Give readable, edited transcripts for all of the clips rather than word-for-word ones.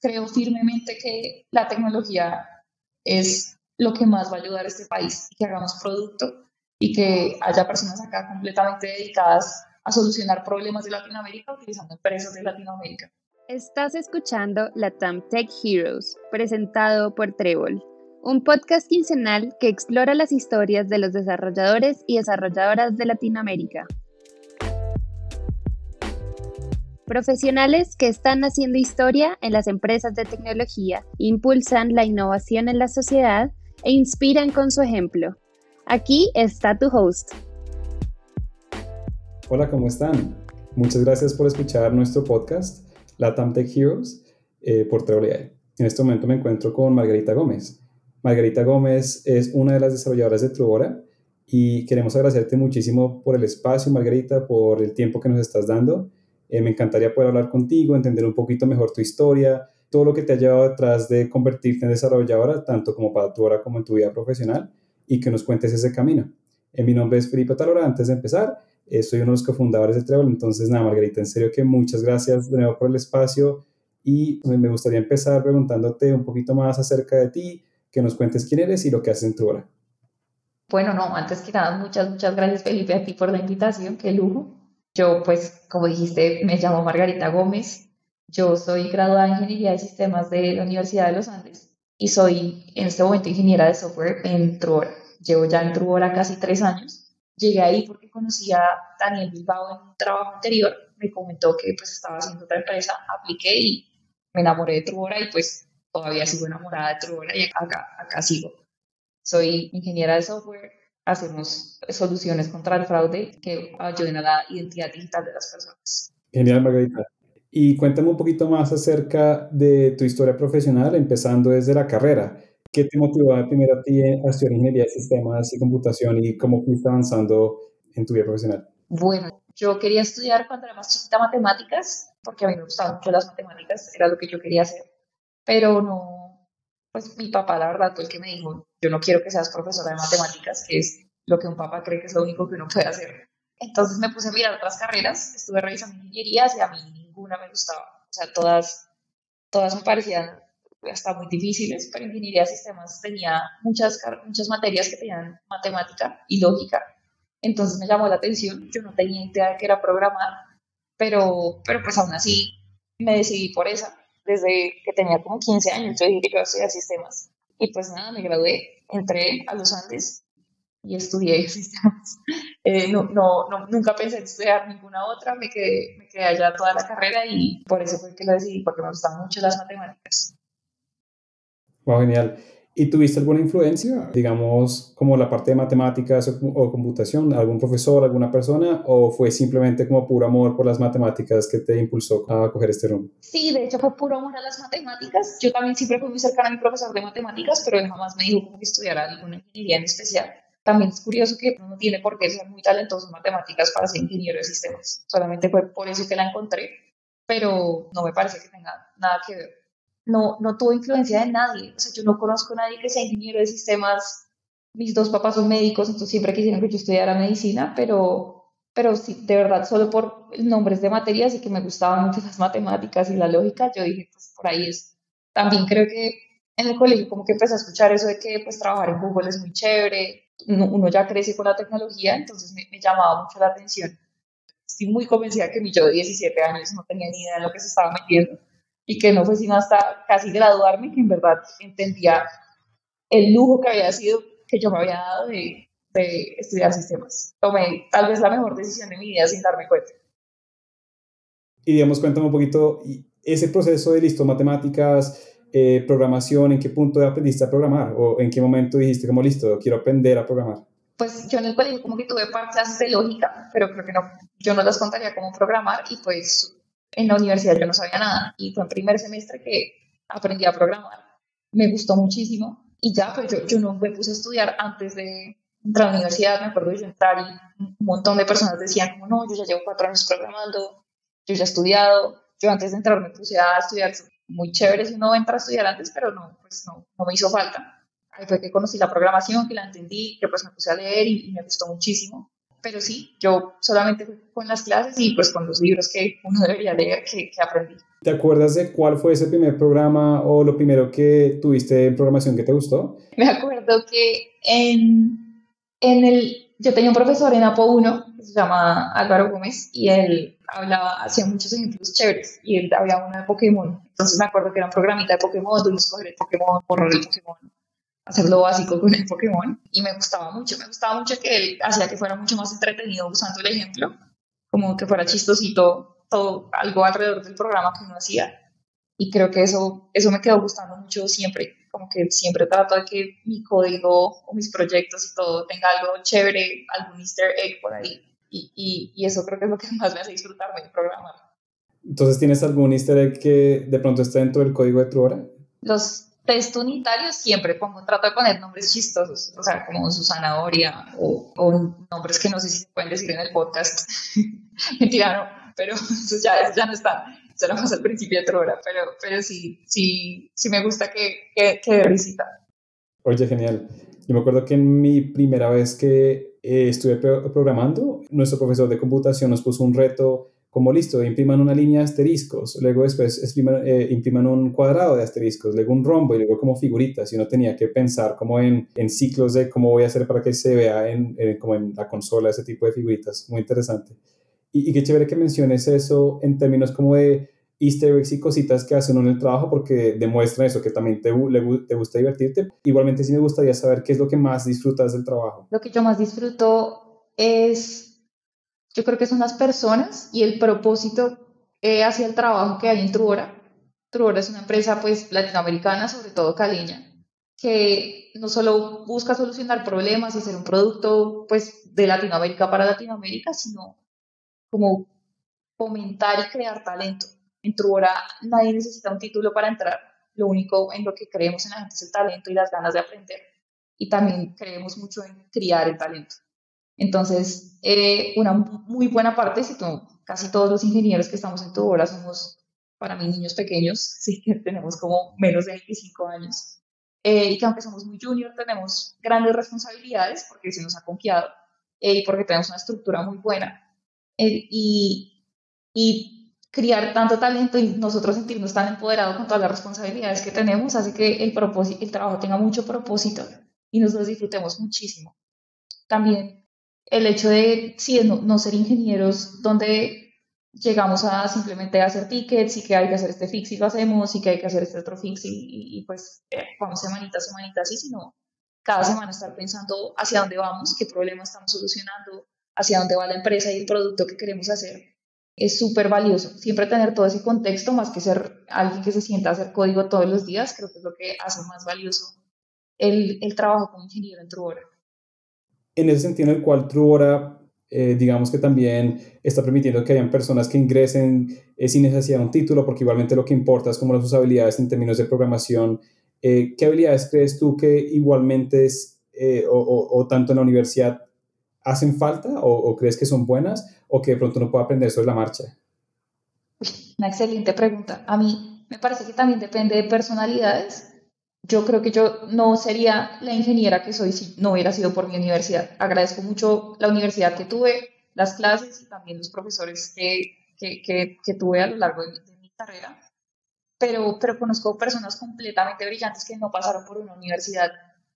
creo firmemente que la tecnología es lo que más va a ayudar a este país, que hagamos producto y que haya personas acá completamente dedicadas a solucionar problemas de Latinoamérica utilizando empresas de Latinoamérica. Estás escuchando LATAM Tech Heroes, presentado por Trébol, un podcast quincenal que explora las historias de los desarrolladores y desarrolladoras de Latinoamérica. Profesionales que están haciendo historia en las empresas de tecnología, impulsan la innovación en la sociedad e inspiran con su ejemplo. Aquí está tu host. Hola, ¿cómo están? Muchas gracias por escuchar nuestro podcast, LATAM Tech Heroes, por Trébol AI. En este momento me encuentro con Margarita Gómez. Margarita Gómez es una de las desarrolladoras de Truvora y queremos agradecerte muchísimo por el espacio, Margarita, por el tiempo que nos estás dando. Me encantaría poder hablar contigo, entender un poquito mejor tu historia, todo lo que te ha llevado detrás de convertirte en desarrolladora, tanto como para Truvora como en tu vida profesional, y que nos cuentes ese camino. Mi nombre es Felipe Talora. Antes de empezar, soy uno de los cofundadores de Trébol. Entonces, nada, Margarita, en serio que muchas gracias de nuevo por el espacio y me gustaría empezar preguntándote un poquito más acerca de ti, que nos cuentes quién eres y lo que haces en Truvora. Bueno, no, antes que nada, muchas gracias, Felipe, a ti por la invitación, qué lujo. Yo, pues, como dijiste, me llamo Margarita Gómez. Yo soy graduada en Ingeniería de Sistemas de la Universidad de los Andes y soy en este momento ingeniera de software en Truvora. Llevo ya en Truvora casi 3 años. Llegué ahí porque conocí a Daniel Bilbao en un trabajo anterior. Me comentó que pues estaba haciendo otra empresa, apliqué y me enamoré de Truvora y pues todavía sigo enamorada de Truvora y acá sigo. Soy ingeniera de software, hacemos soluciones contra el fraude que ayuden a la identidad digital de las personas. Genial, Margarita. Y cuéntame un poquito más acerca de tu historia profesional, empezando desde la carrera. ¿Qué te motivó primero a ti a estudiar ingeniería de sistemas y computación y cómo fuiste avanzando en tu vida profesional? Bueno, yo quería estudiar cuando era más chiquita matemáticas, porque a mí me gustaban mucho las matemáticas, era lo que yo quería hacer, pero no, pues mi papá la verdad fue el que me dijo, yo no quiero que seas profesora de matemáticas, que es lo que un papá cree que es lo único que uno puede hacer. Entonces me puse a mirar otras carreras, estuve revisando ingenierías y a mí ninguna me gustaba, o sea, todas me parecían hasta muy difíciles, pero ingeniería de sistemas tenía muchas materias que tenían matemática y lógica. Entonces me llamó la atención, yo no tenía idea de que era programar, pero pues aún así me decidí por esa. Desde que tenía como 15 años, yo dije que iba a estudiar sistemas. Y pues nada, me gradué, entré a los Andes y estudié sistemas. Nunca pensé en estudiar ninguna otra, me quedé allá toda la carrera y por eso fue que lo decidí, porque me gustan mucho las matemáticas. Wow, genial. ¿Y tuviste alguna influencia, digamos, como la parte de matemáticas o computación, algún profesor, alguna persona, o fue simplemente como puro amor por las matemáticas que te impulsó a coger este rumbo? Sí, de hecho fue puro amor a las matemáticas. Yo también siempre fui muy cercana a mi profesor de matemáticas, pero él jamás me dijo como que estudiara alguna ingeniería en especial. También es curioso que no tiene por qué ser muy talentoso en matemáticas para ser ingeniero de sistemas. Solamente fue por eso que la encontré, pero no me parece que tenga nada que ver. No tuvo influencia de nadie. O sea, yo no conozco a nadie que sea ingeniero de sistemas. Mis dos papás son médicos, entonces siempre quisieron que yo estudiara medicina, pero sí, de verdad, solo por nombres de materias y que me gustaban mucho las matemáticas y la lógica, yo dije, pues por ahí es. También creo que en el colegio como que empecé a escuchar eso de que pues trabajar en Google es muy chévere, uno ya crece con la tecnología, entonces me llamaba mucho la atención. Estoy muy convencida que mi yo de 17 años no tenía ni idea de lo que se estaba metiendo y que no fue sino hasta casi graduarme que en verdad entendía el lujo que había sido, que yo me había dado de estudiar sistemas. Tomé tal vez la mejor decisión de mi vida sin darme cuenta. Y digamos, cuéntame un poquito ese proceso de listo, matemáticas, programación, ¿en qué punto aprendiste a programar? ¿O en qué momento dijiste como listo, quiero aprender a programar? Pues yo en el colegio como que tuve clases de lógica, pero creo que no, yo no las contaría como programar y pues en la universidad yo no sabía nada y fue en primer semestre que aprendí a programar. Me gustó muchísimo y ya, pues yo no me puse a estudiar antes de entrar a la universidad. Me acuerdo de yo entrar y un montón de personas decían como no, yo ya llevo 4 años programando, yo ya he estudiado. Yo antes de entrar me puse a estudiar, muy chévere si uno entra a estudiar antes, pero no, pues no me hizo falta. Ahí fue que conocí la programación, que la entendí, que pues me puse a leer y me gustó muchísimo. pero sí, yo solamente fui con las clases y pues con los libros que uno debería leer que aprendí. ¿Te acuerdas de cuál fue ese primer programa o lo primero que tuviste en programación que te gustó? Me acuerdo que yo tenía un profesor en Apo 1 que se llama Álvaro Gómez y él hacía muchos ejemplos chéveres y él había uno de Pokémon. Entonces me acuerdo que era un programita de Pokémon, tú escoger el Pokémon, borrar el Pokémon, hacer lo básico con el Pokémon y me gustaba mucho que él hacía que fuera mucho más entretenido usando el ejemplo, como que fuera chistosito todo algo alrededor del programa que uno hacía. Y creo que eso me quedó gustando mucho siempre, como que siempre trato de que mi código o mis proyectos y todo tenga algo chévere, algún easter egg por ahí. Y eso creo que es lo que más me hace disfrutarme de programar. Entonces, ¿tienes algún easter egg que de pronto esté dentro del código de Truora? Los test unitarios siempre trato de poner nombres chistosos, o sea, como su zanahoria o nombres que no sé si se pueden decir en el podcast. Mentira, no, pero eso ya no está. Eso era más al principio de Truora, pero sí me gusta que dé risita. Oye, genial. Yo me acuerdo que en mi primera vez que estuve programando, nuestro profesor de computación nos puso un reto como listo, impriman una línea de asteriscos, luego después impriman un cuadrado de asteriscos, luego un rombo y luego como figuritas. Y uno tenía que pensar como en ciclos de cómo voy a hacer para que se vea como en la consola ese tipo de figuritas. Muy interesante. Y qué chévere que menciones eso en términos como de easter eggs y cositas que hace uno en el trabajo porque demuestra eso, que también te gusta divertirte. Igualmente sí me gustaría saber qué es lo que más disfrutas del trabajo. Lo que yo más disfruto yo creo que son las personas y el propósito hacia el trabajo que hay en Truora. Truora es una empresa pues latinoamericana, sobre todo caleña, que no solo busca solucionar problemas y hacer un producto pues de Latinoamérica para Latinoamérica, sino como fomentar y crear talento. En Truora nadie necesita un título para entrar, lo único en lo que creemos en la gente es el talento y las ganas de aprender. Y también creemos mucho en criar el talento. Entonces, una muy buena parte, casi todos los ingenieros que estamos en Truora somos, para mí, niños pequeños, sí que tenemos como menos de 25 años. Y que aunque somos muy junior, tenemos grandes responsabilidades porque se nos ha confiado y porque tenemos una estructura muy buena. Y criar tanto talento y nosotros sentirnos tan empoderados con todas las responsabilidades que tenemos hace que el trabajo tenga mucho propósito y nos lo disfrutemos muchísimo. También el hecho de, sí, no ser ingenieros donde llegamos a simplemente hacer tickets y que hay que hacer este fix y lo hacemos y que hay que hacer este otro fix y pues vamos semanita a semanita así, sino cada semana estar pensando hacia dónde vamos, qué problema estamos solucionando, hacia dónde va la empresa y el producto que queremos hacer. Es súper valioso. Siempre tener todo ese contexto, más que ser alguien que se sienta a hacer código todos los días, creo que es lo que hace más valioso el trabajo como ingeniero en Truora. En ese sentido en el cual Truora, digamos que también está permitiendo que hayan personas que ingresen sin necesidad de un título, porque igualmente lo que importa es como sus habilidades en términos de programación. ¿Qué habilidades crees tú que igualmente o tanto en la universidad hacen falta o crees que son buenas o que de pronto uno puede aprender sobre la marcha? Una excelente pregunta. A mí me parece que también depende de personalidades. Yo creo que yo no sería la ingeniera que soy si no hubiera sido por mi universidad. Agradezco mucho la universidad que tuve, las clases y también los profesores que tuve a lo largo de mi carrera. Pero conozco personas completamente brillantes que no pasaron por una universidad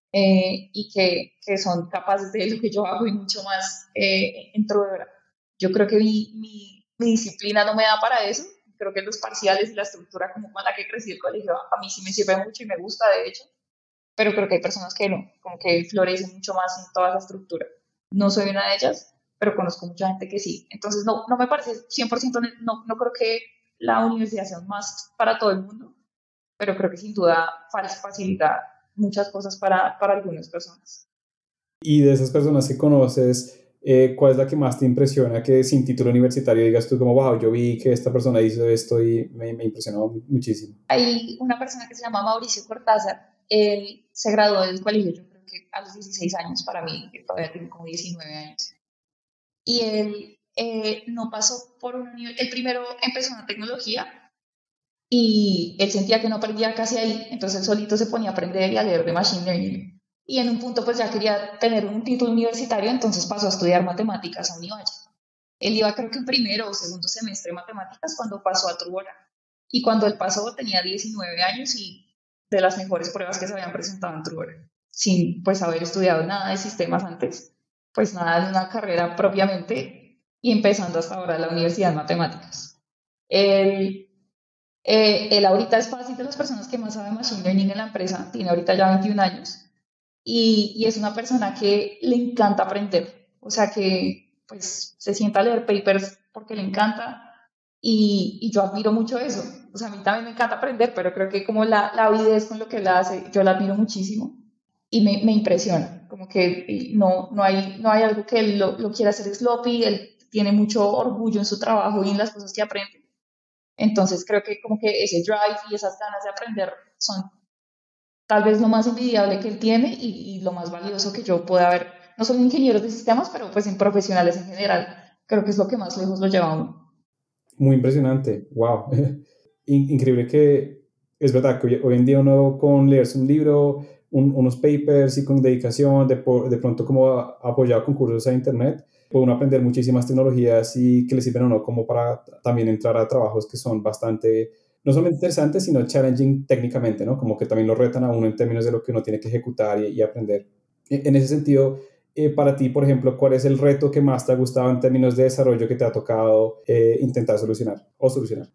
y que son capaces de lo que yo hago y mucho más en Truora. Yo creo que mi disciplina no me da para eso. Creo que los parciales y la estructura como con la que crecí el colegio a mí sí me sirve mucho y me gusta, de hecho, pero creo que hay personas que no, como que florecen mucho más en toda esa estructura. No soy una de ellas, pero conozco mucha gente que sí. Entonces, no me parece 100%, no creo que la universidad sea más para todo el mundo, pero creo que sin duda facilita muchas cosas para algunas personas. Y de esas personas que conoces, ¿cuál es la que más te impresiona que sin título universitario digas tú como, wow, yo vi que esta persona hizo esto y me impresionó muchísimo? Hay una persona que se llama Mauricio Cortázar. Él se graduó del colegio, yo creo que a los 16 años, para mí, que todavía tengo como 19 años. Y él no pasó por una universidad. Él primero empezó en la tecnología y él sentía que no aprendía casi ahí, entonces él solito se ponía a aprender y a leer de Machine Learning. y en un punto pues ya quería tener un título universitario, entonces pasó a estudiar matemáticas a Univalle. Él iba creo que en primero o segundo semestre de matemáticas cuando pasó a Trubora. Y cuando él pasó tenía 19 años y de las mejores pruebas que se habían presentado en Trubora, sin pues haber estudiado nada de sistemas antes, pues nada de una carrera propiamente, y empezando hasta ahora la Universidad de Matemáticas. Él, él ahorita es fácil de las personas que más sabe Machine Learning en la empresa, tiene ahorita ya 21 años, y es una persona que le encanta aprender, o sea que pues se sienta a leer papers porque le encanta, y yo admiro mucho eso. O sea, a mí también me encanta aprender, pero creo que como la avidez con lo que él hace, yo la admiro muchísimo y me impresiona. Como que no hay algo que él lo quiera hacer sloppy, él tiene mucho orgullo en su trabajo y en las cosas que aprende. Entonces creo que como que ese drive y esas ganas de aprender son tal vez lo más envidiable que él tiene y lo más valioso que yo pueda ver, no solo en ingenieros de sistemas, pero pues en profesionales en general. Creo que es lo que más lejos lo lleva a uno. Muy impresionante, wow. Increíble que es verdad que hoy en día uno con leerse un libro, unos papers y con dedicación, de pronto como apoyado con cursos a internet, puede uno aprender muchísimas tecnologías y que le sirven a uno como para también entrar a trabajos que son bastante, no solamente interesantes, sino challenging técnicamente, ¿no? Como que también lo retan a uno en términos de lo que uno tiene que ejecutar y aprender. En ese sentido, para ti, por ejemplo, ¿cuál es el reto que más te ha gustado en términos de desarrollo que te ha tocado intentar solucionar o solucionar?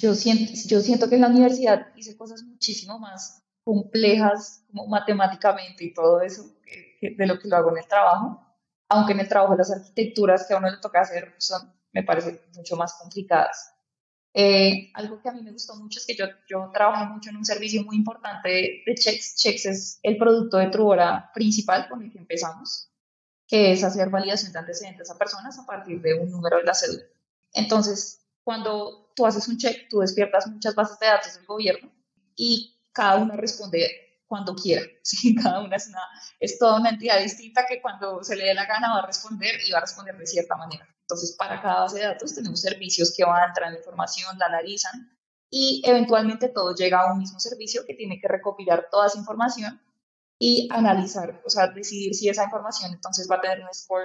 Yo siento que en la universidad hice cosas muchísimo más complejas, como matemáticamente y todo eso, de lo que lo hago en el trabajo, aunque en el trabajo las arquitecturas que a uno le toca hacer son, me parecen mucho más complicadas. Algo que a mí me gustó mucho es que yo trabajé mucho en un servicio muy importante de checks. Checks es el producto de Trubora principal con el que empezamos, que es hacer validación de antecedentes a personas a partir de un número de la cédula. Entonces, cuando tú haces un check, tú despiertas muchas bases de datos del gobierno y cada una responde cuando quiera. ¿Sí? Cada una es toda una entidad distinta que cuando se le dé la gana va a responder y va a responder de cierta manera. Entonces, para cada base de datos tenemos servicios que van a entrar en la información, la analizan y eventualmente todo llega a un mismo servicio que tiene que recopilar toda esa información y analizar, o sea, decidir si esa información entonces va a tener un score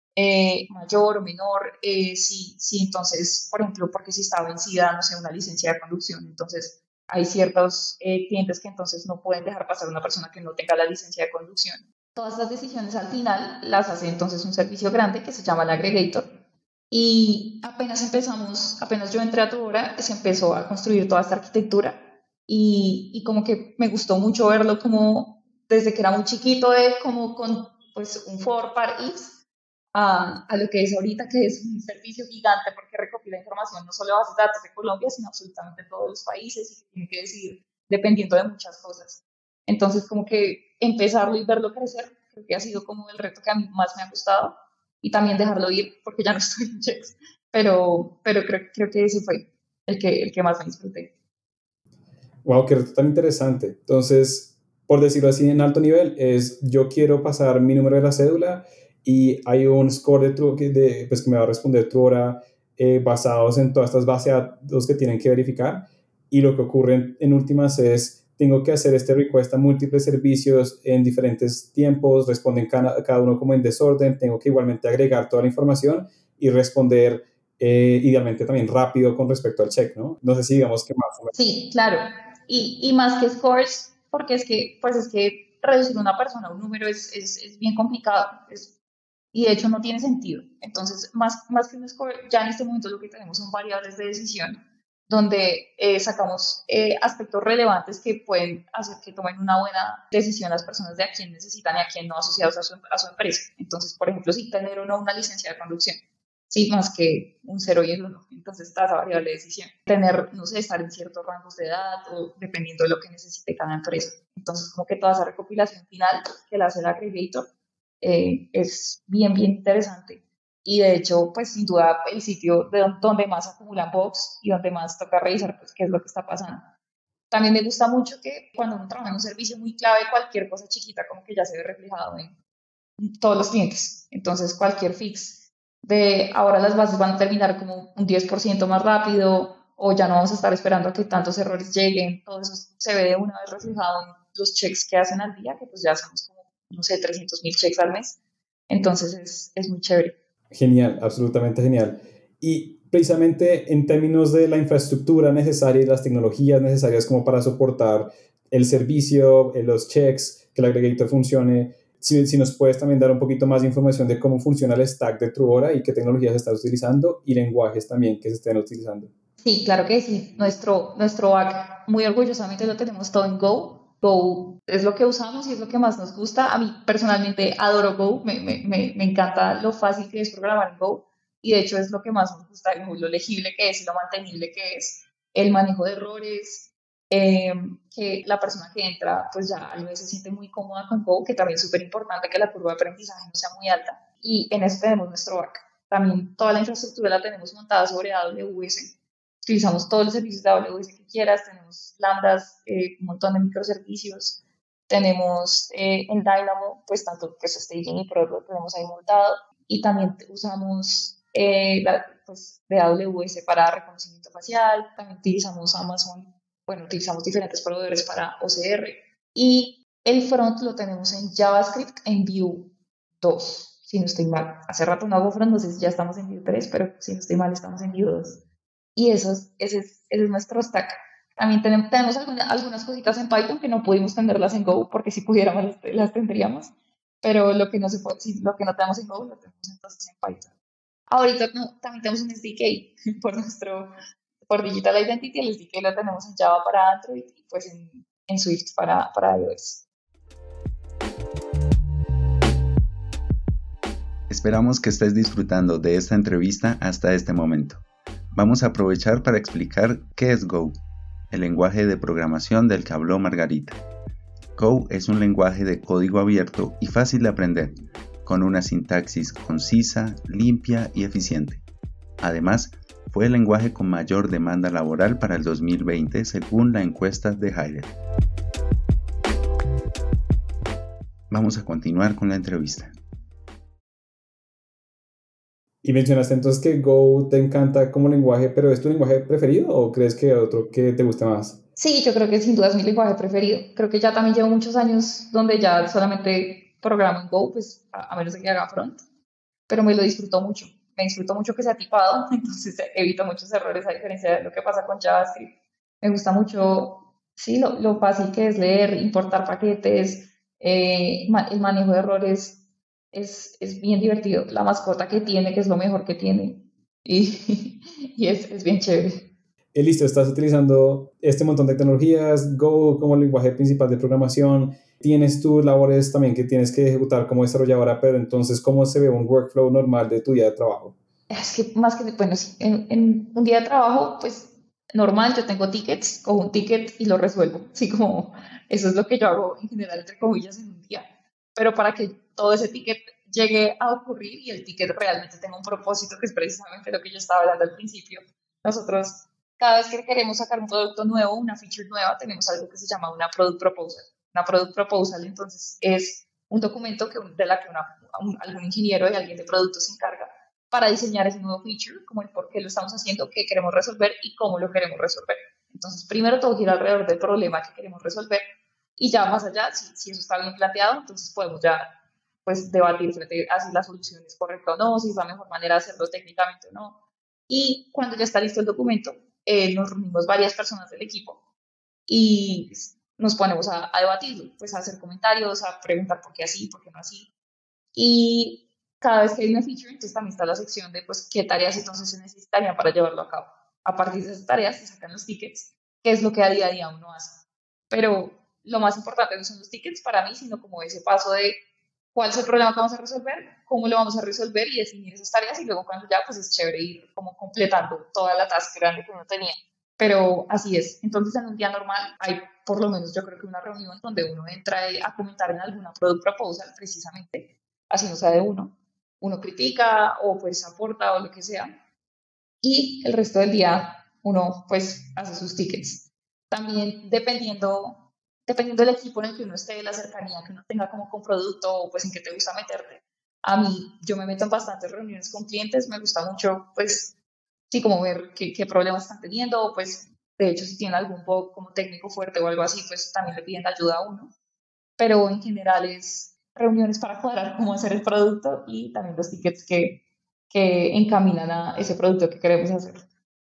mayor o menor, si entonces, por ejemplo, porque si está vencida, no sé, una licencia de conducción, entonces hay ciertos clientes que entonces no pueden dejar pasar a una persona que no tenga la licencia de conducción. Todas las decisiones al final las hace entonces un servicio grande que se llama el aggregator, y apenas yo entré a Trubora, se empezó a construir toda esta arquitectura y como que me gustó mucho verlo como desde que era muy chiquito, como con pues un for, par, if, a lo que es ahorita, que es un servicio gigante porque recopila información no solo de bases de datos de Colombia, sino absolutamente de todos los países y tiene que decidir dependiendo de muchas cosas. Entonces, como que empezarlo y verlo crecer, creo que ha sido como el reto que a mí más me ha gustado, y también dejarlo ir porque ya no estoy en checks, pero creo que ese fue el que más me disfruté. Wow, qué reto tan interesante. Entonces, por decirlo así, en alto nivel, es yo quiero pasar mi número de la cédula y hay un score pues, que me va a responder Trubora basados en todas estas bases de datos que tienen que verificar. Y lo que ocurre en últimas es, tengo que hacer este request a múltiples servicios en diferentes tiempos, responden cada uno como en desorden, tengo que igualmente agregar toda la información y responder idealmente también rápido con respecto al check, ¿no? No sé si digamos que más. Sí, claro. Y más que scores, porque pues es que reducir una persona a un número es bien complicado, y de hecho no tiene sentido. Entonces, más que un score, ya en este momento lo que tenemos son variables de decisión, donde sacamos aspectos relevantes que pueden hacer que tomen una buena decisión las personas de a quién necesitan y a quién no, asociados a su empresa. Entonces, por ejemplo, si tener o no una licencia de conducción, sí, más que un 0 y el 1. Entonces está esa variable de decisión. Tener, no sé, estar en ciertos rangos de edad o dependiendo de lo que necesite cada empresa. Entonces, como que toda esa recopilación final que la hace el aggregator es bien interesante. Y de hecho, pues sin duda el sitio donde más acumulan bugs y donde más toca revisar pues, qué es lo que está pasando. También me gusta mucho que cuando uno trabaja en un servicio muy clave, cualquier cosa chiquita como que ya se ve reflejado en todos los clientes. Entonces, cualquier fix de ahora las bases van a terminar como un 10% más rápido, o ya no vamos a estar esperando a que tantos errores lleguen, todo eso se ve de una vez reflejado en los checks que hacen al día, que pues ya hacemos como no sé, 300.000 checks al mes. Entonces es muy chévere. Genial, absolutamente genial. Y precisamente en términos de la infraestructura necesaria y las tecnologías necesarias como para soportar el servicio, los checks, que el aggregator funcione, si nos puedes también dar un poquito más de información de cómo funciona el stack de Truora y qué tecnologías estás utilizando y lenguajes también que se estén utilizando. Sí, claro que sí. Nuestro back, muy orgullosamente lo tenemos todo en Go. Go es lo que usamos y es lo que más nos gusta. A mí personalmente adoro Go. Me encanta lo fácil que es programar en Go. Y de hecho es lo que más nos gusta de Go, lo legible que es y lo mantenible que es. El manejo de errores, eh, que la persona que entra pues ya a veces se siente muy cómoda con Go, que también es súper importante que la curva de aprendizaje no sea muy alta. Y en eso tenemos nuestro back. También toda la infraestructura la tenemos montada sobre AWS. Utilizamos todos los servicios de AWS que quieras, tenemos lambdas, un montón de microservicios, tenemos en Dynamo, pues tanto que es staging y Prod lo tenemos ahí montado, y también usamos pues, de AWS para reconocimiento facial, también utilizamos Amazon, bueno, utilizamos diferentes proveedores para OCR, y el front lo tenemos en JavaScript en Vue 2, si no estoy mal. Hace rato no hago front, no sé si ya estamos en Vue 3, pero si no estoy mal estamos en Vue 2. Y ese es nuestro stack. También tenemos algunas cositas en Python que no pudimos tenerlas en Go, porque si pudiéramos las tendríamos, pero lo que no se puede, lo que no tenemos en Go lo tenemos entonces en Python. Ahorita no, también tenemos un SDK por Digital Identity. El SDK lo tenemos en Java para Android y pues en Swift para iOS. Esperamos que estés disfrutando de esta entrevista hasta este momento. Vamos a aprovechar para explicar qué es Go, el lenguaje de programación del que habló Margarita. Go es un lenguaje de código abierto y fácil de aprender, con una sintaxis concisa, limpia y eficiente. Además, fue el lenguaje con mayor demanda laboral para el 2020 según la encuesta de Heider. Vamos a continuar con la entrevista. Y mencionaste entonces que Go te encanta como lenguaje, pero ¿es tu lenguaje preferido o crees que hay otro que te guste más? Sí, yo creo que sin duda es mi lenguaje preferido. Creo que ya también llevo muchos años donde ya solamente programo en Go, pues a menos de que haga front, pero me lo disfruto mucho. Me disfruto mucho que sea tipado, entonces evito muchos errores a diferencia de lo que pasa con JavaScript. Me gusta mucho, sí, lo fácil que es leer, importar paquetes, el manejo de errores es bien divertido. La mascota que tiene, que es lo mejor que tiene, y, y es bien chévere. Listo, estás utilizando este montón de tecnologías, Go como lenguaje principal de programación, tienes tus labores también que tienes que ejecutar como desarrolladora, pero entonces, ¿cómo se ve un workflow normal de tu día de trabajo? Es que más que, bueno, sí, en un día de trabajo, pues normal, yo tengo tickets, cojo un ticket y lo resuelvo. Sí, como eso es lo que yo hago en general, entre comillas, en un día. Pero para que todo ese ticket llegue a ocurrir y el ticket realmente tenga un propósito, que es precisamente lo que yo estaba hablando al principio, nosotros cada vez que queremos sacar un producto nuevo, una feature nueva, tenemos algo que se llama una product proposal. Una product proposal, entonces, es un documento de la que algún ingeniero y alguien de producto se encarga para diseñar ese nuevo feature, como el por qué lo estamos haciendo, qué queremos resolver y cómo lo queremos resolver. Entonces, primero todo gira alrededor del problema que queremos resolver y ya más allá, si eso está bien planteado, entonces podemos ya pues debatir frente a si la solución es correcta o no, si es la mejor manera de hacerlo técnicamente o no. Y cuando ya está listo el documento, nos reunimos varias personas del equipo y nos ponemos a debatirlo, pues a hacer comentarios, a preguntar por qué así, por qué no así. Y cada vez que hay una feature, entonces también está la sección de pues qué tareas entonces se necesitarían para llevarlo a cabo. A partir de esas tareas se sacan los tickets, que es lo que a día uno hace. Pero lo más importante no son los tickets para mí, sino como ese paso de cuál es el problema que vamos a resolver, cómo lo vamos a resolver y definir esas tareas y luego cuando ya pues es chévere ir como completando toda la task grande que uno tenía. Pero así es. Entonces en un día normal hay por lo menos yo creo que una reunión donde uno entra a comentar en alguna product proposal precisamente, así no sea de uno critica o pues aporta o lo que sea, y el resto del día uno pues hace sus tickets. También dependiendo del equipo en el que uno esté, la cercanía que uno tenga como con producto o pues en qué te gusta meterte. A mí, yo me meto en bastantes reuniones con clientes, me gusta mucho pues sí como ver qué problemas están teniendo, o pues de hecho si tienen algún bug como técnico fuerte o algo así, pues también le piden ayuda a uno, pero en general es reuniones para cuadrar cómo hacer el producto y también los tickets que encaminan a ese producto que queremos hacer.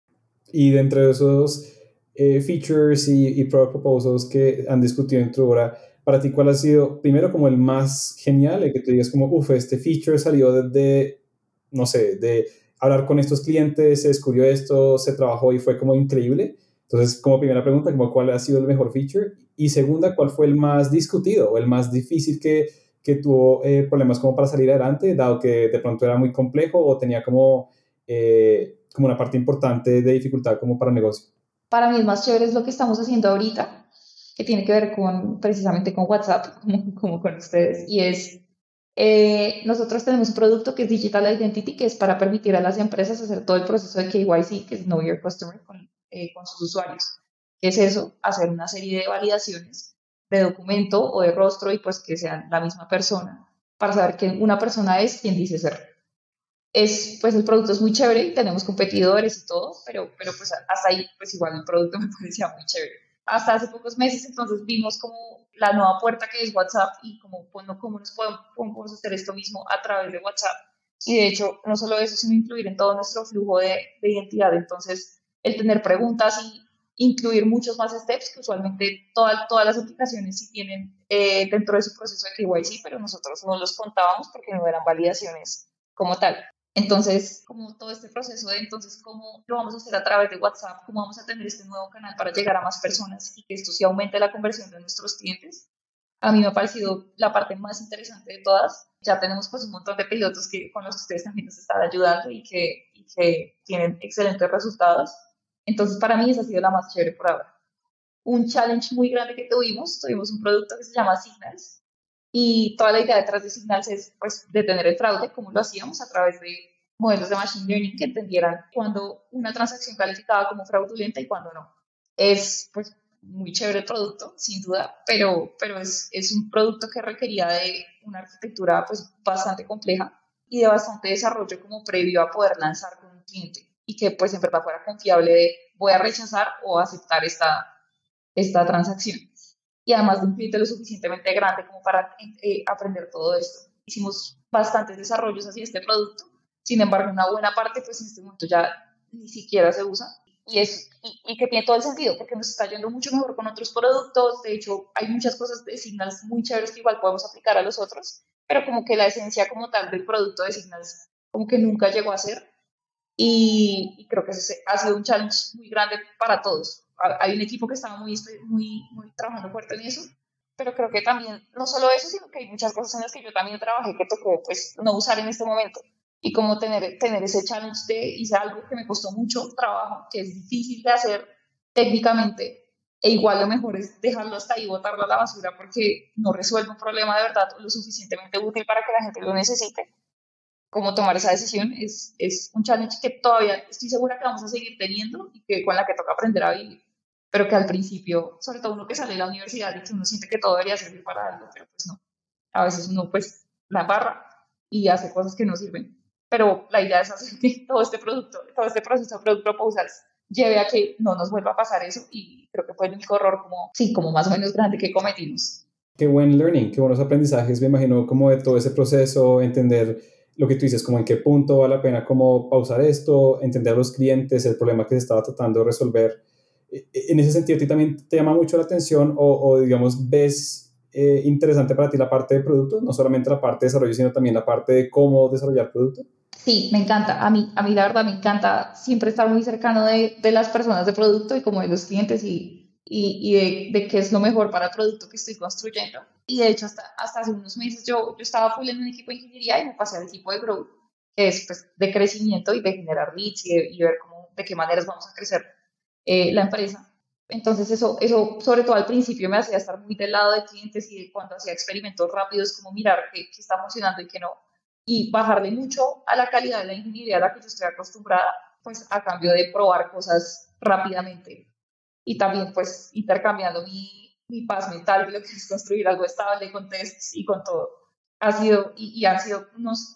Y dentro de esos features y product proposals que han discutido en Trubora, para ti, ¿cuál ha sido, primero, como el más genial, el que tú digas como, este feature salió desde, no sé, de hablar con estos clientes, se descubrió esto, se trabajó y fue como increíble? Entonces, como primera pregunta, como ¿cuál ha sido el mejor feature? Y segunda, ¿cuál fue el más discutido o el más difícil que tuvo problemas como para salir adelante, dado que de pronto era muy complejo o tenía como una parte importante de dificultad como para el negocio? Para mí el más chévere es lo que estamos haciendo ahorita, que tiene que ver precisamente con WhatsApp, como con ustedes, y es, nosotros tenemos un producto que es Digital Identity, que es para permitir a las empresas hacer todo el proceso de KYC, que es Know Your Customer, con sus usuarios. ¿Qué es eso? Hacer una serie de validaciones de documento o de rostro y pues que sean la misma persona, para saber que una persona es quien dice ser. Pues el producto es muy chévere y tenemos competidores y todo, pero pues hasta ahí pues igual el producto me parecía muy chévere. Hasta hace pocos meses entonces vimos como la nueva puerta que es WhatsApp y cómo nos podemos hacer esto mismo a través de WhatsApp. Y de hecho, no solo eso, sino incluir en todo nuestro flujo de identidad. Entonces, el tener preguntas y incluir muchos más steps que usualmente todas las aplicaciones sí tienen dentro de su proceso de KYC, pero nosotros no los contábamos porque no eran validaciones como tal. Entonces, como todo este proceso de entonces cómo lo vamos a hacer a través de WhatsApp, cómo vamos a tener este nuevo canal para llegar a más personas y que esto sí aumente la conversión de nuestros clientes, a mí me ha parecido la parte más interesante de todas. Ya tenemos pues un montón de pilotos con los que ustedes también nos están ayudando y que tienen excelentes resultados. Entonces, para mí esa ha sido la más chévere por ahora. Un challenge muy grande que tuvimos un producto que se llama Signals, y toda la idea detrás de Signals es pues detener el fraude, como lo hacíamos a través de modelos de Machine Learning que entendieran cuando una transacción calificaba como fraudulenta y cuando no. Es pues muy chévere el producto, sin duda, pero es un producto que requería de una arquitectura pues bastante compleja y de bastante desarrollo como previo a poder lanzar con un cliente y que pues en verdad fuera confiable de voy a rechazar o aceptar esta transacción. Y además de un cliente lo suficientemente grande como para aprender todo esto. Hicimos bastantes desarrollos hacia este producto, sin embargo una buena parte pues en este momento ya ni siquiera se usa y que tiene todo el sentido porque nos está yendo mucho mejor con otros productos. De hecho hay muchas cosas de Signals muy chéveres que igual podemos aplicar a los otros, pero como que la esencia como tal del producto de Signals como que nunca llegó a ser, y creo que ese ha sido un challenge muy grande para todos. Hay un equipo que estaba muy trabajando fuerte en eso, pero creo que también, no solo eso, sino que hay muchas cosas en las que yo también trabajé que tocó pues no usar en este momento. Y como tener ese challenge hice algo que me costó mucho trabajo, que es difícil de hacer técnicamente, e igual lo mejor es dejarlo hasta ahí, botarlo a la basura, porque no resuelve un problema de verdad lo suficientemente útil para que la gente lo necesite. Cómo tomar esa decisión es un challenge que todavía estoy segura que vamos a seguir teniendo y que con la que toca aprender a vivir, pero que al principio, sobre todo uno que sale de la universidad y que uno siente que todo debería servir para algo, pero pues no, a veces uno pues la embarra y hace cosas que no sirven, pero la idea es hacer que todo este proceso de product proposals lleve a que no nos vuelva a pasar eso, y creo que fue el único error como más o menos grande que cometimos. Qué buen learning, qué buenos aprendizajes, me imagino, como de todo ese proceso, entender lo que tú dices, como en qué punto vale la pena como pausar esto, entender a los clientes, el problema que se estaba tratando de resolver. En ese sentido, ¿a ti también te llama mucho la atención o digamos, ves interesante para ti la parte de producto? No solamente la parte de desarrollo, sino también la parte de cómo desarrollar producto. Sí, me encanta. A mí la verdad me encanta siempre estar muy cercano de las personas de producto y como de los clientes y de qué es lo mejor para el producto que estoy construyendo. Y de hecho, hasta hace unos meses yo estaba full en un equipo de ingeniería y me pasé al equipo de growth, que es pues, de crecimiento y de generar leads y ver de qué maneras vamos a crecer la empresa. Entonces eso sobre todo al principio me hacía estar muy del lado de clientes y de cuando hacía experimentos rápidos, como mirar qué está funcionando y qué no, y bajarle mucho a la calidad de la ingeniería a la que yo estoy acostumbrada, pues a cambio de probar cosas rápidamente y también pues intercambiando mi paz mental de lo que es construir algo estable con tests y con todo. Han sido unos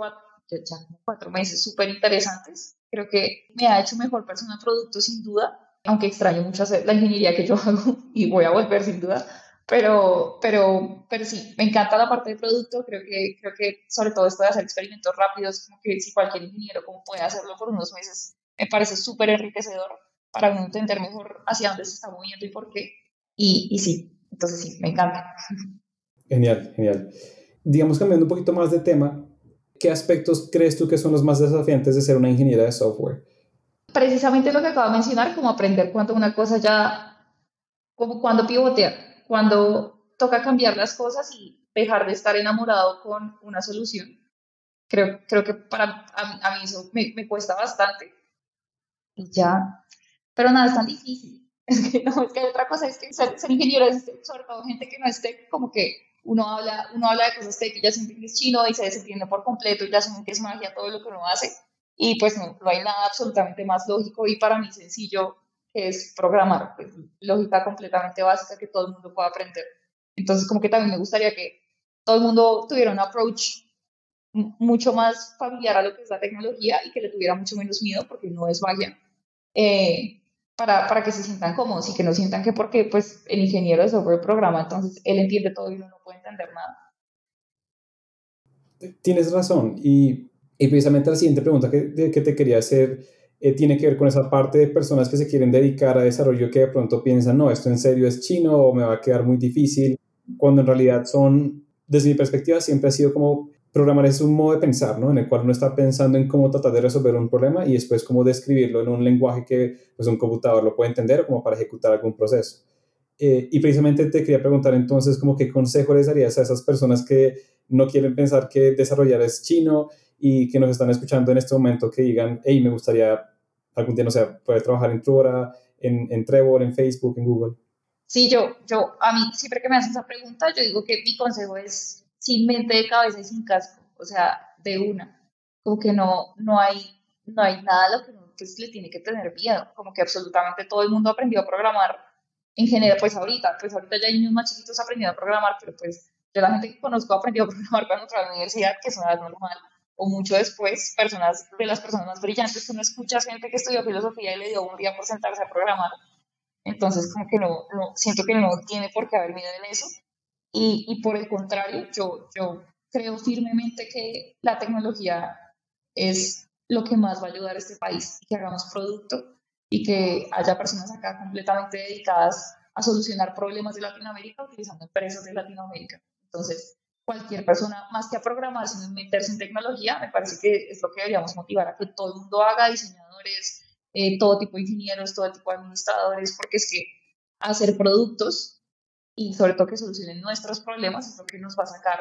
4 meses súper interesantes. Creo que me ha hecho mejor persona de producto sin duda, aunque extraño mucho hacer la ingeniería que yo hago y voy a volver sin duda, pero sí, me encanta la parte de producto, creo que sobre todo esto de hacer experimentos rápidos, como que si cualquier ingeniero como puede hacerlo por unos meses, me parece súper enriquecedor para uno entender mejor hacia dónde se está moviendo y por qué. Y sí, entonces sí, me encanta. Genial, genial. Digamos, cambiando un poquito más de tema, ¿qué aspectos crees tú que son los más desafiantes de ser una ingeniera de software? Precisamente lo que acabo de mencionar, como aprender cuando una cosa ya, como cuando pivotear, cuando toca cambiar las cosas y dejar de estar enamorado con una solución. Creo que a mí eso me cuesta bastante y ya, pero nada, es tan difícil. Es que no, es que hay otra cosa, es que ser ingeniero es, sobre todo gente que no es tech, como que uno habla de cosas tech y ya siente que es chino y se desentiende por completo y ya siente que es magia todo lo que uno hace. Y pues no hay nada absolutamente más lógico y para mí sencillo que es programar, pues, lógica completamente básica que todo el mundo pueda aprender. Entonces como que también me gustaría que todo el mundo tuviera un approach mucho más familiar a lo que es la tecnología y que le tuviera mucho menos miedo porque no es magia, para que se sientan cómodos y que no sientan que porque pues el ingeniero de software programa, entonces él entiende todo y uno no puede entender nada. Tienes razón. Y precisamente la siguiente pregunta que te quería hacer tiene que ver con esa parte de personas que se quieren dedicar a desarrollo que de pronto piensan, no, esto en serio es chino o me va a quedar muy difícil, cuando en realidad son, desde mi perspectiva, siempre ha sido como programar es un modo de pensar, ¿no? En el cual uno está pensando en cómo tratar de resolver un problema y después cómo describirlo en un lenguaje que pues, un computador lo puede entender como para ejecutar algún proceso. Y precisamente te quería preguntar entonces, como qué consejo les darías a esas personas que no quieren pensar que desarrollar es chino y que nos están escuchando en este momento que digan, hey, me gustaría algún día, no sé, poder trabajar en Trora, en Trevor, en Facebook, en Google. Sí, a mí siempre que me hacen esa pregunta, yo digo que mi consejo es sin mente de cabeza y sin casco, o sea, de una, como que no hay nada a lo que uno pues, le tiene que tener miedo, como que absolutamente todo el mundo aprendió a programar en general, pues ahorita ya hay niños más chiquitos aprendiendo a programar, pero pues yo la gente que conozco aprendió a programar cuando entró a la universidad, que es una edad normal, o mucho después, de las personas más brillantes, uno escucha gente que estudió filosofía y le dio un día por sentarse a programar, entonces como que siento que no tiene por qué haber miedo en eso, y por el contrario, yo creo firmemente que la tecnología es lo que más va a ayudar a este país, que hagamos producto y que haya personas acá completamente dedicadas a solucionar problemas de Latinoamérica utilizando empresas de Latinoamérica. Entonces, cualquier persona, más que a programar, sino en meterse en tecnología, me parece que es lo que deberíamos motivar a que todo el mundo haga, diseñadores, todo tipo de ingenieros, todo tipo de administradores, porque es que hacer productos y sobre todo que solucionen nuestros problemas es lo que nos va a sacar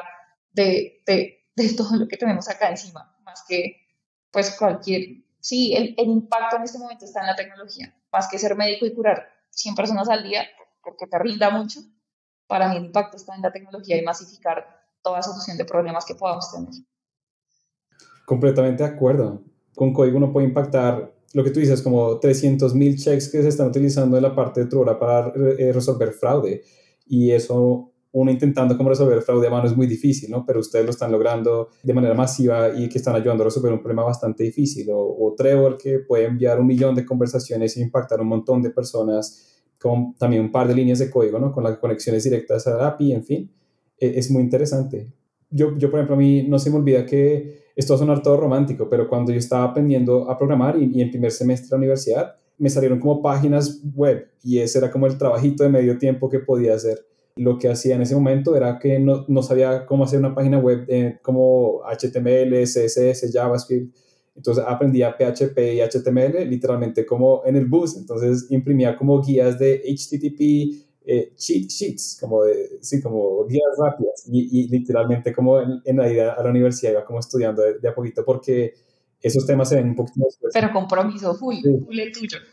de todo lo que tenemos acá encima, más que pues sí, el impacto en este momento está en la tecnología, más que ser médico y curar 100 personas al día, porque te rinda mucho, para mí el impacto está en la tecnología y masificar toda solución de problemas que podamos tener. Completamente de acuerdo. Con código uno puede impactar lo que tú dices, como 300,000 checks que se están utilizando en la parte de Trora para resolver fraude. Y eso, uno intentando como resolver fraude a mano es muy difícil, ¿no? Pero ustedes lo están logrando de manera masiva y que están ayudando a resolver un problema bastante difícil. O Trevor, que puede enviar 1 millón de conversaciones e impactar a un montón de personas con también un par de líneas de código, ¿no? Con las conexiones directas a la API, en fin. Es muy interesante. Por ejemplo, a mí no se me olvida que esto va a sonar todo romántico, pero cuando yo estaba aprendiendo a programar y en primer semestre de la universidad, me salieron como páginas web y ese era como el trabajito de medio tiempo que podía hacer. Lo que hacía en ese momento era que no sabía cómo hacer una página web como HTML, CSS, JavaScript. Entonces aprendía PHP y HTML literalmente como en el bus. Entonces imprimía como guías de HTTP, cheat sheets, sí, como guías rápidas y literalmente como en la ida a la universidad iba como estudiando de a poquito porque esos temas se ven un poquito después. Pero compromiso, Sí. full el tuyo.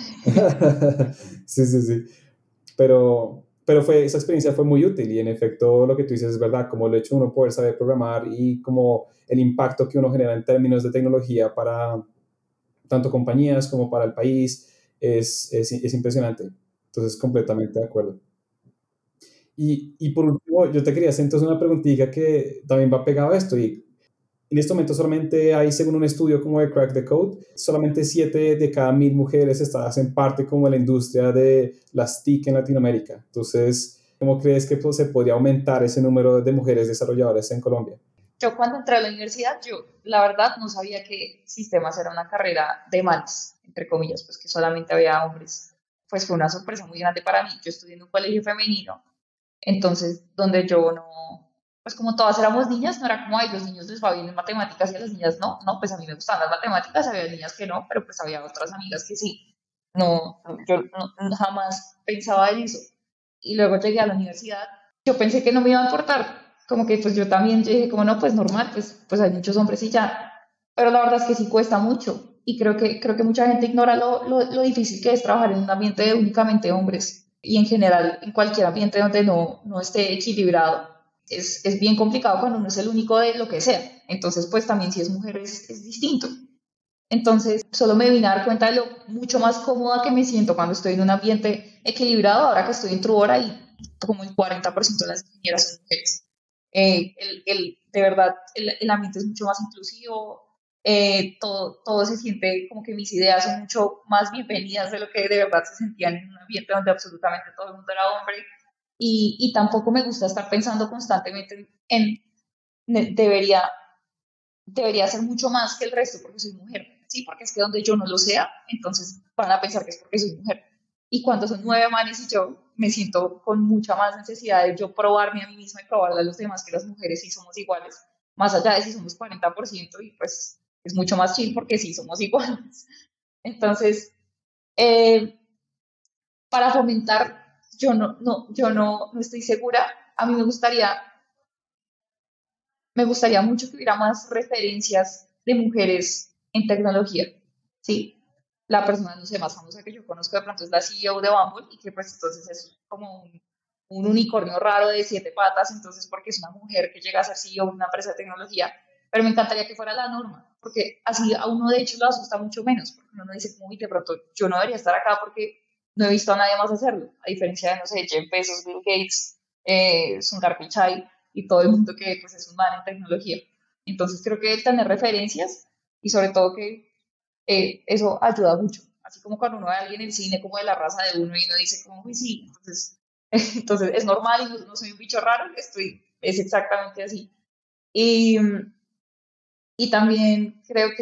Sí, sí, sí. Pero esa experiencia fue muy útil y en efecto lo que tú dices es verdad, como el hecho de uno poder saber programar y como el impacto que uno genera en términos de tecnología para tanto compañías como para el país es impresionante. Entonces, completamente de acuerdo. Y por último, yo te quería hacer entonces una preguntita que también va pegado a esto. Y en este momento solamente hay, según un estudio como de Crack the Code, solamente 7 de cada 1,000 mujeres hacen parte como de la industria de las TIC en Latinoamérica. Entonces, ¿Cómo crees que pues, se podría aumentar ese número de mujeres desarrolladoras en Colombia? Yo cuando entré a la universidad, yo la verdad no sabía que sistemas era una carrera de manes, entre comillas, pues que solamente había hombres. Pues fue una sorpresa muy grande para mí. Yo estudié en un colegio femenino, entonces donde yo no, pues como todas éramos niñas, no era como, ay, los niños les va bien en matemáticas y a las niñas no, no, pues a mí me gustaban las matemáticas, había niñas que no, pero pues había otras amigas que sí. No, yo jamás pensaba en eso. Y luego llegué a la universidad, yo pensé que no me iba a importar, como que pues yo dije como no, pues normal, pues hay muchos hombres y ya, pero la verdad es que sí cuesta mucho y creo que mucha gente ignora lo difícil que es trabajar en un ambiente de únicamente hombres y en general en cualquier ambiente donde no esté equilibrado. Es bien complicado cuando uno es el único de lo que sea, entonces pues también si es mujer es distinto. Entonces, solo me vine a dar cuenta de lo mucho más cómoda que me siento cuando estoy en un ambiente equilibrado, ahora que estoy en Trubora y como el 40% de las ingenieras son mujeres. De verdad, el ambiente es mucho más inclusivo, todo se siente como que mis ideas son mucho más bienvenidas de lo que de verdad se sentían en un ambiente donde absolutamente todo el mundo era hombre. Y tampoco me gusta estar pensando constantemente debería, debería hacer mucho más que el resto porque soy mujer. Sí, porque es que donde yo no lo sea, entonces van a pensar que es porque soy mujer. Y cuando son 9 manes y yo me siento con mucha más necesidad de yo probarme a mí misma y probarle a los demás que las mujeres sí somos iguales, más allá de si somos 40% y pues es mucho más chill porque sí somos iguales. Entonces, eh, para fomentar, yo no estoy segura. A mí me gustaría mucho que hubiera más referencias de mujeres en tecnología, ¿sí? La persona, no sé, más famosa que yo conozco de pronto es la CEO de Bumble y que pues entonces es como un unicornio raro de 7 patas, entonces porque es una mujer que llega a ser CEO de una empresa de tecnología, pero me encantaría que fuera la norma, porque así a uno de hecho lo asusta mucho menos, porque uno no dice como, uy, de pronto yo no debería estar acá porque no he visto a nadie más hacerlo, a diferencia de, no sé, Jeff Bezos, Bill Gates, Sundar Pichai, y todo el mundo que pues, es un man en tecnología. Entonces creo que tener referencias y sobre todo que eso ayuda mucho. Así como cuando uno ve a alguien en el cine como de la raza de uno y uno dice como, uy, sí, entonces es normal y no soy un bicho raro, es exactamente así. Y, y también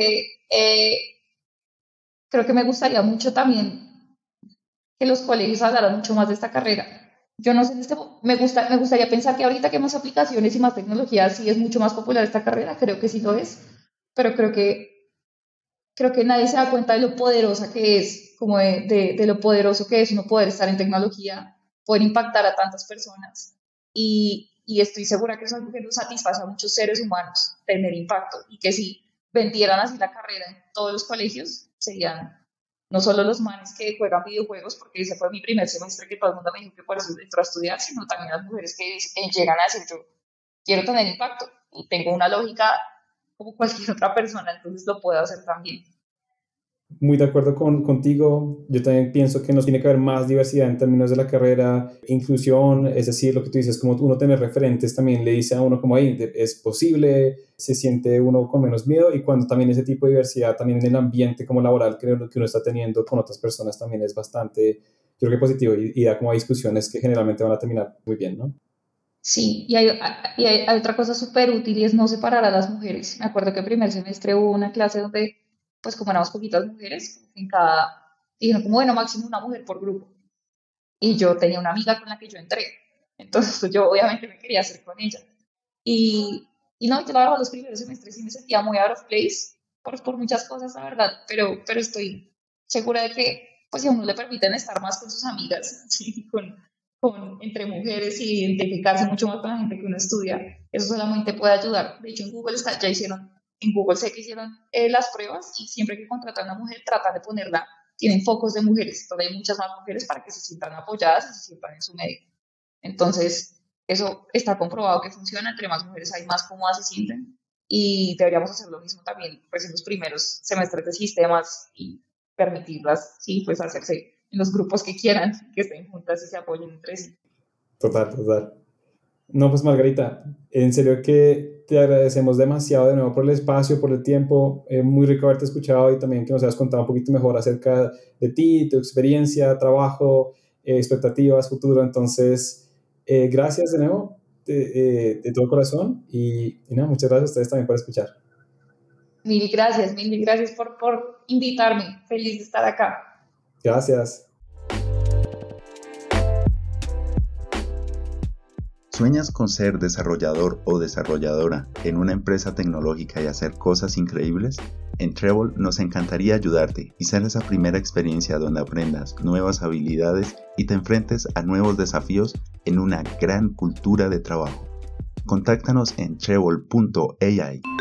creo que me gustaría mucho también que los colegios hablaran mucho más de esta carrera. Yo no sé, me gustaría pensar que ahorita que hay más aplicaciones y más tecnología, sí es mucho más popular esta carrera, creo que sí lo es, pero creo que nadie se da cuenta de lo poderosa que es, como de lo poderoso que es uno poder estar en tecnología, poder impactar a tantas personas. Y estoy segura que eso es algo que nos satisface a muchos seres humanos, tener impacto, y que si vendieran así la carrera en todos los colegios, serían no solo los manes que juegan videojuegos, porque ese fue mi primer semestre que todo el mundo me dijo que por eso entró a estudiar, sino también las mujeres que llegan a decir yo quiero tener impacto y tengo una lógica como cualquier otra persona, entonces lo puedo hacer también. Muy de acuerdo contigo. Yo también pienso que nos tiene que haber más diversidad en términos de la carrera, inclusión, es decir, lo que tú dices, como uno tener referentes también le dice a uno como ahí, es posible, se siente uno con menos miedo y cuando también ese tipo de diversidad también en el ambiente como laboral que uno está teniendo con otras personas también es bastante, yo creo que positivo y da como a discusiones que generalmente van a terminar muy bien, ¿no? Sí, y hay otra cosa súper útil y es no separar a las mujeres. Me acuerdo que el primer semestre hubo una clase donde, pues como éramos poquitas mujeres, dijeron como, bueno, máximo una mujer por grupo. Y yo tenía una amiga con la que yo entré. Entonces pues, yo obviamente me quería hacer con ella. Y no, yo la verdad los primeros semestres sí me sentía muy out of place por muchas cosas, la verdad, pero estoy segura de que pues si a uno le permiten estar más con sus amigas, ¿sí? Entre mujeres y identificarse mucho más con la gente que uno estudia, eso solamente puede ayudar. De hecho, en Google sé que hicieron las pruebas y siempre que contratan a una mujer tratan de ponerla, tienen focos de mujeres, donde hay muchas más mujeres para que se sientan apoyadas y se sientan en su medio. Entonces, eso está comprobado que funciona, entre más mujeres hay, más cómodas se sienten y deberíamos hacer lo mismo también pues, en los primeros semestres de sistemas y permitirlas, sí, pues hacerse en los grupos que quieran, que estén juntas y se apoyen entre sí. Total, total. No, pues Margarita, en serio que te agradecemos demasiado de nuevo por el espacio, por el tiempo. Muy rico haberte escuchado y también que nos hayas contado un poquito mejor acerca de ti, tu experiencia, trabajo, expectativas, futuro. Entonces, Gracias de nuevo, de todo corazón, y nada, muchas gracias a ustedes también por escuchar. Mil gracias por invitarme. Feliz de estar acá. Gracias. ¿Sueñas con ser desarrollador o desarrolladora en una empresa tecnológica y hacer cosas increíbles? En Trebol nos encantaría ayudarte y ser esa primera experiencia donde aprendas nuevas habilidades y te enfrentes a nuevos desafíos en una gran cultura de trabajo. Contáctanos en trebol.ai.